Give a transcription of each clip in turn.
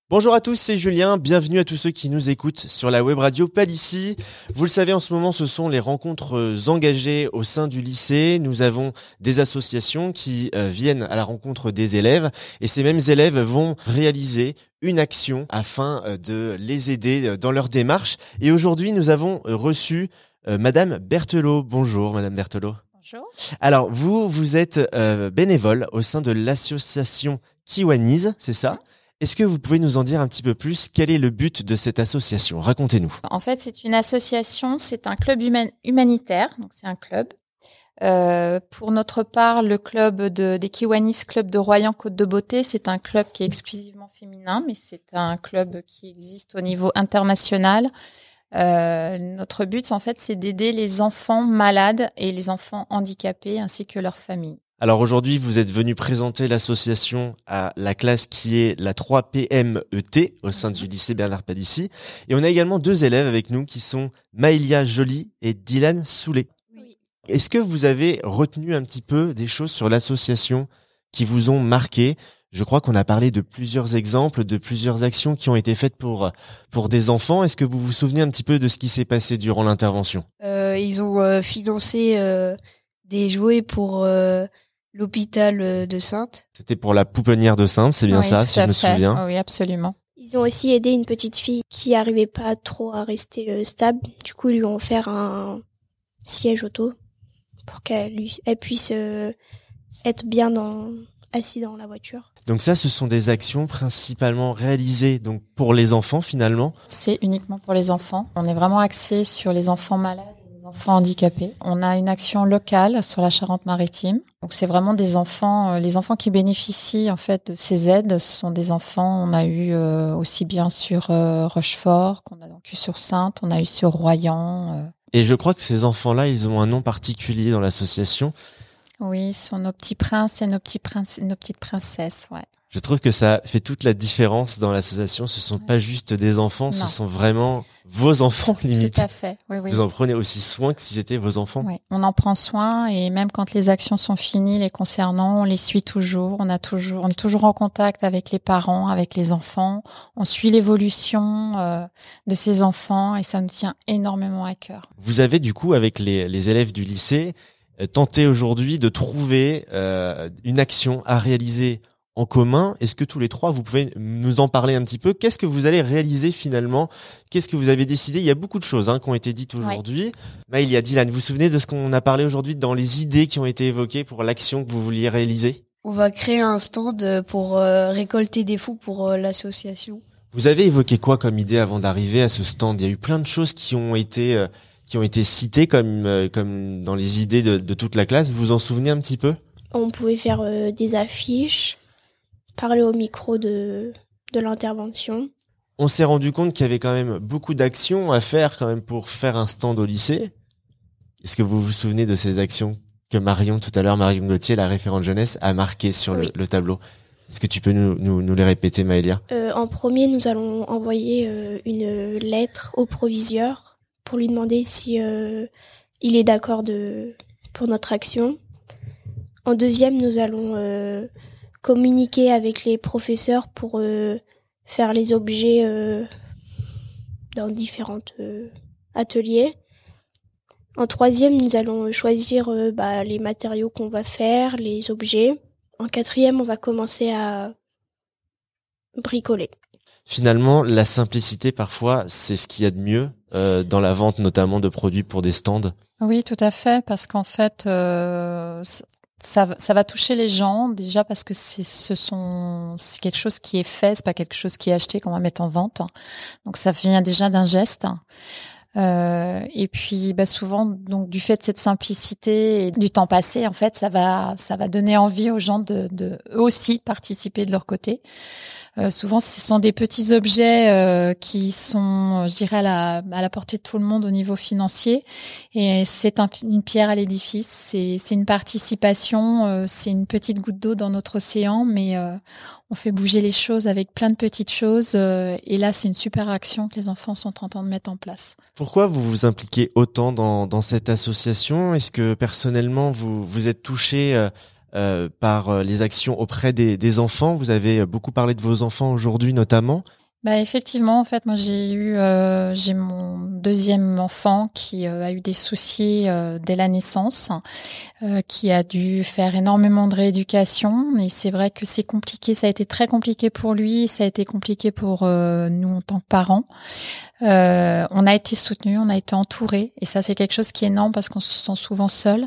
Bonjour à tous, c'est Julien, bienvenue à tous ceux qui nous écoutent sur la web radio Palissy. Vous le savez, en ce moment, ce sont les rencontres engagées au sein du lycée. Nous avons des associations qui viennent à la rencontre des élèves et ces mêmes élèves vont réaliser une action afin de les aider dans leur démarche. Et aujourd'hui, nous avons reçu Madame Berthelot. Bonjour Madame Berthelot. Bonjour. Alors, vous êtes bénévole au sein de l'association Kiwanis, c'est ça ? Est-ce que vous pouvez nous en dire un petit peu plus ? Quel est le but de cette association ? Racontez-nous. En fait, c'est une association, c'est un club humanitaire, donc c'est un club. Pour notre part, le club des Kiwanis, club de Royan Côte de Beauté, c'est un club qui est exclusivement féminin, mais c'est un club qui existe au niveau international. Notre but, en fait, c'est d'aider les enfants malades et les enfants handicapés ainsi que leurs familles. Alors aujourd'hui, vous êtes venu présenter l'association à la classe qui est la 3PMET au sein du lycée Bernard Palissy. Et on a également deux élèves avec nous qui sont Maëlia Joly et Dylan Soulet. Oui. Est-ce que vous avez retenu un petit peu des choses sur l'association qui vous ont marqué ? Je crois qu'on a parlé de plusieurs exemples, de plusieurs actions qui ont été faites pour des enfants. Est-ce que vous vous souvenez un petit peu de ce qui s'est passé durant l'intervention ? Ils ont financé des jouets pour l'hôpital de Saintes. C'était pour la pouponnière de Saintes, c'est bien Oui, ça, tout si je à me fait. souviens. Oui, absolument. Ils ont aussi aidé une petite fille qui arrivait pas trop à rester stable. Du coup, ils lui ont offert un siège auto pour qu'elle puisse être bien assis dans la voiture. Donc ça, ce sont des actions principalement réalisées donc pour les enfants finalement. C'est uniquement pour les enfants. On est vraiment axé sur les enfants malades et les enfants handicapés. On a une action locale sur la Charente-Maritime. Donc c'est vraiment des enfants, les enfants qui bénéficient en fait de ces aides. Ce sont des enfants. On a eu aussi bien sur Rochefort, qu'on a donc eu sur Saintes, on a eu sur Royan. Et je crois que ces enfants-là, ils ont un nom particulier dans l'association. Oui, ce sont nos petits princes et nos petites princesses, ouais. Je trouve que ça fait toute la différence dans l'association. Ce sont pas juste des enfants, Non. ce sont vraiment vos enfants, limite. Tout à fait, oui, oui. Vous en prenez aussi soin que si c'était vos enfants. Oui, on en prend soin et même quand les actions sont finies, les concernant, on les suit toujours. On est toujours en contact avec les parents, avec les enfants. On suit l'évolution de ces enfants et ça nous tient énormément à cœur. Vous avez du coup, avec les élèves du lycée, tenté aujourd'hui de trouver une action à réaliser en commun. Est-ce que tous les trois, vous pouvez nous en parler un petit peu ? Qu'est-ce que vous allez réaliser finalement ? Qu'est-ce que vous avez décidé ? Il y a beaucoup de choses qui ont été dites aujourd'hui. Oui. Maëlia, Dylan, vous vous souvenez de ce qu'on a parlé aujourd'hui dans les idées qui ont été évoquées pour l'action que vous vouliez réaliser ? On va créer un stand pour récolter des fonds pour l'association. Vous avez évoqué quoi comme idée avant d'arriver à ce stand ? Il y a eu plein de choses qui ont été citées comme dans les idées de toute la classe. Vous vous en souvenez un petit peu ? On pouvait faire des affiches, parler au micro de l'intervention. On s'est rendu compte qu'il y avait quand même beaucoup d'actions à faire quand même pour faire un stand au lycée. Est-ce que vous vous souvenez de ces actions que Marion Gauthier, la référente jeunesse, a marquées sur le tableau ? Est-ce que tu peux nous les répéter, Maëlia ? En premier, nous allons envoyer une lettre au proviseur pour lui demander si il est d'accord pour notre action. En deuxième, nous allons communiquer avec les professeurs pour faire les objets dans différents ateliers. En troisième, nous allons choisir les matériaux qu'on va faire, les objets. En quatrième, on va commencer à bricoler. Finalement, la simplicité, parfois, c'est ce qu'il y a de mieux dans la vente, notamment de produits pour des stands. Oui, tout à fait, parce qu'en fait, ça va toucher les gens déjà parce que c'est quelque chose qui est fait, c'est pas quelque chose qui est acheté qu'on va mettre en vente. Donc ça vient déjà d'un geste. Et puis souvent donc du fait de cette simplicité et du temps passé, en fait, ça va donner envie aux gens de eux aussi de participer de leur côté. Souvent, ce sont des petits objets qui sont, je dirais, à la portée de tout le monde au niveau financier. Et c'est une pierre à l'édifice. C'est une participation. C'est une petite goutte d'eau dans notre océan, mais on fait bouger les choses avec plein de petites choses. Et là, c'est une super action que les enfants sont en train de mettre en place. Pourquoi vous vous impliquez autant dans cette association ? Est-ce que personnellement, vous êtes touché par les actions auprès des enfants ? Vous avez beaucoup parlé de vos enfants aujourd'hui notamment. Effectivement, en fait, moi j'ai mon deuxième enfant qui a eu des soucis dès la naissance, qui a dû faire énormément de rééducation, et c'est vrai que c'est compliqué, ça a été très compliqué pour lui, ça a été compliqué pour nous en tant que parents. On a été soutenus, on a été entourés, et ça c'est quelque chose qui est énorme parce qu'on se sent souvent seul.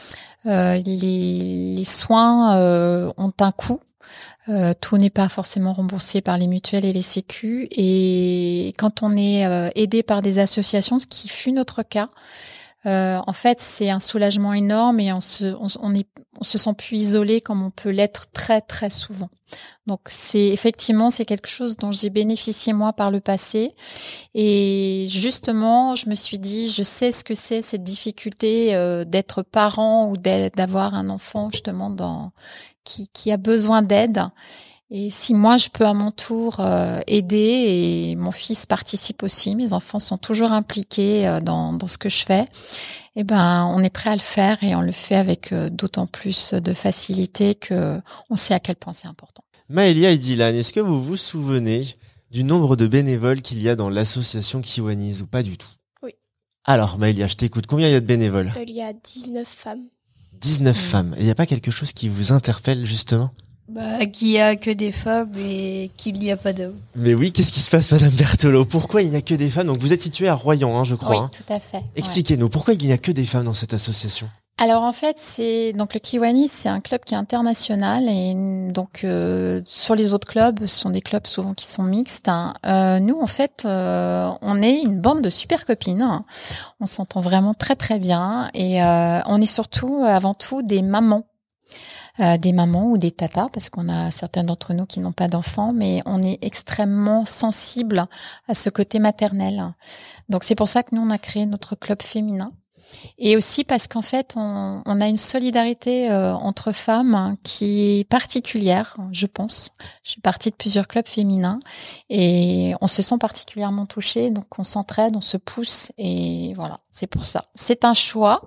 Les soins ont un coût. Tout n'est pas forcément remboursé par les mutuelles et les sécus. Et quand on est aidé par des associations, ce qui fut notre cas, en fait, c'est un soulagement énorme et on se sent plus isolé comme on peut l'être très très souvent. Donc c'est quelque chose dont j'ai bénéficié moi par le passé, et justement je me suis dit, je sais ce que c'est cette difficulté d'être parent ou d'avoir un enfant justement qui a besoin d'aide. Et si moi je peux à mon tour aider, et mon fils participe aussi, mes enfants sont toujours impliqués dans ce que je fais, on est prêt à le faire, et on le fait avec d'autant plus de facilité que on sait à quel point c'est important. Maëlia et Dylan, est-ce que vous vous souvenez du nombre de bénévoles qu'il y a dans l'association Kiwanis ou pas du tout? Oui. Alors Maëlia, je t'écoute. Combien il y a de bénévoles? Il y a 19 femmes. 19 femmes. Et il n'y a pas quelque chose qui vous interpelle justement? Qu'il n'y a que des femmes et qu'il n'y a pas d'hommes. Mais oui, qu'est-ce qui se passe, Madame Berthelot? Pourquoi il n'y a que des femmes? Donc vous êtes située à Royan, je crois. Oui, tout à fait. Expliquez-nous, pourquoi il n'y a que des femmes dans cette association? Alors en fait, le Kiwanis, c'est un club qui est international, et donc sur les autres clubs, ce sont des clubs souvent qui sont mixtes. Nous, en fait, on est une bande de super copines. On s'entend vraiment très très bien, et on est surtout, avant tout, des mamans. Des mamans ou des tatas, parce qu'on a certains d'entre nous qui n'ont pas d'enfants, mais on est extrêmement sensible à ce côté maternel. Donc c'est pour ça que nous, on a créé notre club féminin. Et aussi parce qu'en fait, on a une solidarité entre femmes qui est particulière, je pense. Je suis partie de plusieurs clubs féminins et on se sent particulièrement touchés, donc on s'entraide, on se pousse, et voilà, c'est pour ça. C'est un choix,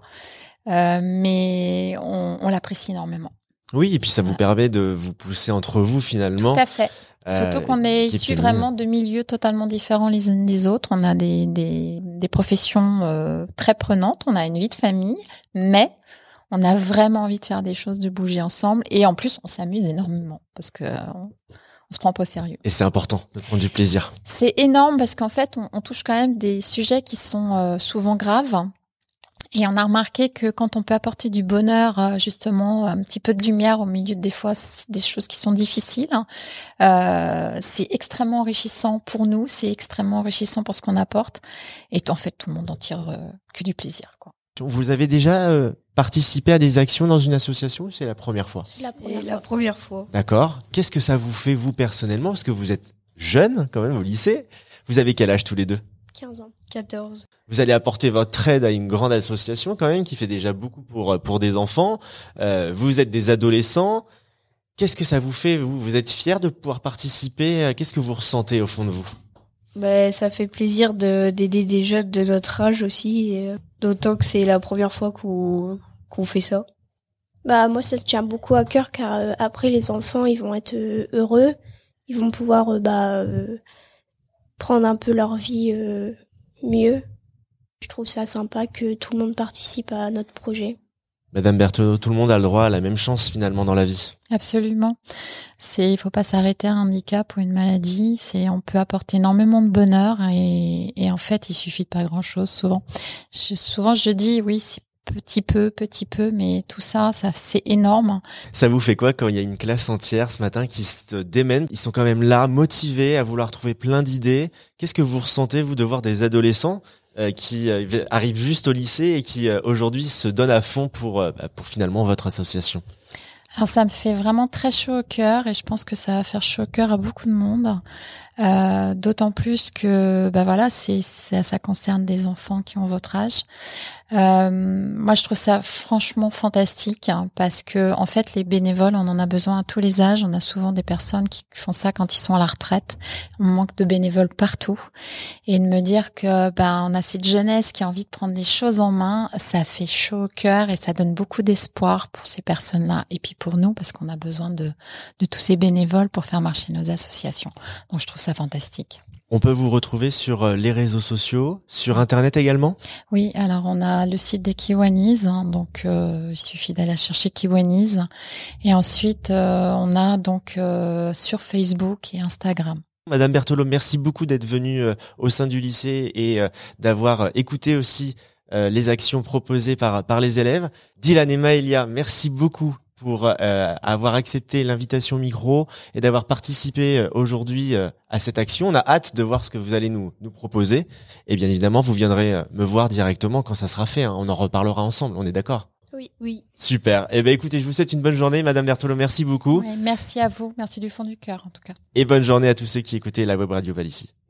mais on l'apprécie énormément. Oui, et puis ça vous permet de vous pousser entre vous finalement. Tout à fait. Surtout qu'on est issus vraiment de milieux totalement différents les uns des autres. On a des professions très prenantes, on a une vie de famille, mais on a vraiment envie de faire des choses, de bouger ensemble, et en plus on s'amuse énormément parce que on se prend pas au sérieux. Et c'est important de prendre du plaisir. C'est énorme parce qu'en fait on touche quand même des sujets qui sont souvent graves. Et on a remarqué que quand on peut apporter du bonheur, justement, un petit peu de lumière au milieu de des fois des choses qui sont difficiles, c'est extrêmement enrichissant pour nous, c'est extrêmement enrichissant pour ce qu'on apporte. Et en fait, tout le monde en tire que du plaisir, quoi. Vous avez déjà participé à des actions dans une association, ou c'est la première fois? C'est La première fois. D'accord. Qu'est-ce que ça vous fait, vous, personnellement? Parce que vous êtes jeune, quand même, au lycée. Vous avez quel âge tous les deux? 15 ans. 14. Vous allez apporter votre aide à une grande association quand même qui fait déjà beaucoup pour des enfants. Vous êtes des adolescents. Qu'est-ce que ça vous fait? Vous êtes fiers de pouvoir participer? Qu'est-ce que vous ressentez au fond de vous? Ça fait plaisir d'aider des jeunes de notre âge aussi, et d'autant que c'est la première fois qu'on fait ça. Moi, ça me tient beaucoup à cœur, car après, les enfants, ils vont être heureux. Ils vont pouvoir prendre un peu leur vie mieux. Je trouve ça sympa que tout le monde participe à notre projet. Madame Berthelot, tout le monde a le droit à la même chance finalement dans la vie. Absolument. Il faut pas s'arrêter à un handicap ou une maladie. On peut apporter énormément de bonheur, et en fait, il suffit de pas grand chose souvent. Souvent, je dis oui, c'est petit peu, mais tout ça, c'est énorme. Ça vous fait quoi quand il y a une classe entière ce matin qui se démène? Ils sont quand même là, motivés à vouloir trouver plein d'idées. Qu'est-ce que vous ressentez, vous, de voir des adolescents qui arrivent juste au lycée et qui aujourd'hui se donnent à fond pour finalement votre association? Alors ça me fait vraiment très chaud au cœur, et je pense que ça va faire chaud au cœur à beaucoup de monde. D'autant plus que ça concerne des enfants qui ont votre âge. Moi, je trouve ça franchement fantastique, parce que en fait, les bénévoles, on en a besoin à tous les âges. On a souvent des personnes qui font ça quand ils sont à la retraite. On manque de bénévoles partout, et de me dire que on a cette jeunesse qui a envie de prendre des choses en main, ça fait chaud au cœur, et ça donne beaucoup d'espoir pour ces personnes-là, et puis pour nous, parce qu'on a besoin de tous ces bénévoles pour faire marcher nos associations. Donc, je trouve ça fantastique. On peut vous retrouver sur les réseaux sociaux, sur Internet également? Oui, alors on a le site des Kiwanis, donc il suffit d'aller chercher Kiwanis. Et ensuite, on a donc sur Facebook et Instagram. Madame Berthelot, merci beaucoup d'être venue au sein du lycée et d'avoir écouté aussi les actions proposées par les élèves. Dylan et Maëlia, merci beaucoup pour avoir accepté l'invitation micro et d'avoir participé aujourd'hui à cette action. On a hâte de voir ce que vous allez nous proposer. Et bien évidemment, vous viendrez me voir directement quand ça sera fait. On en reparlera ensemble, on est d'accord? Oui. Super. Eh ben écoutez, je vous souhaite une bonne journée, Madame Berthelot, merci beaucoup. Oui, merci à vous, merci du fond du cœur en tout cas. Et bonne journée à tous ceux qui écoutaient la web radio Palissy.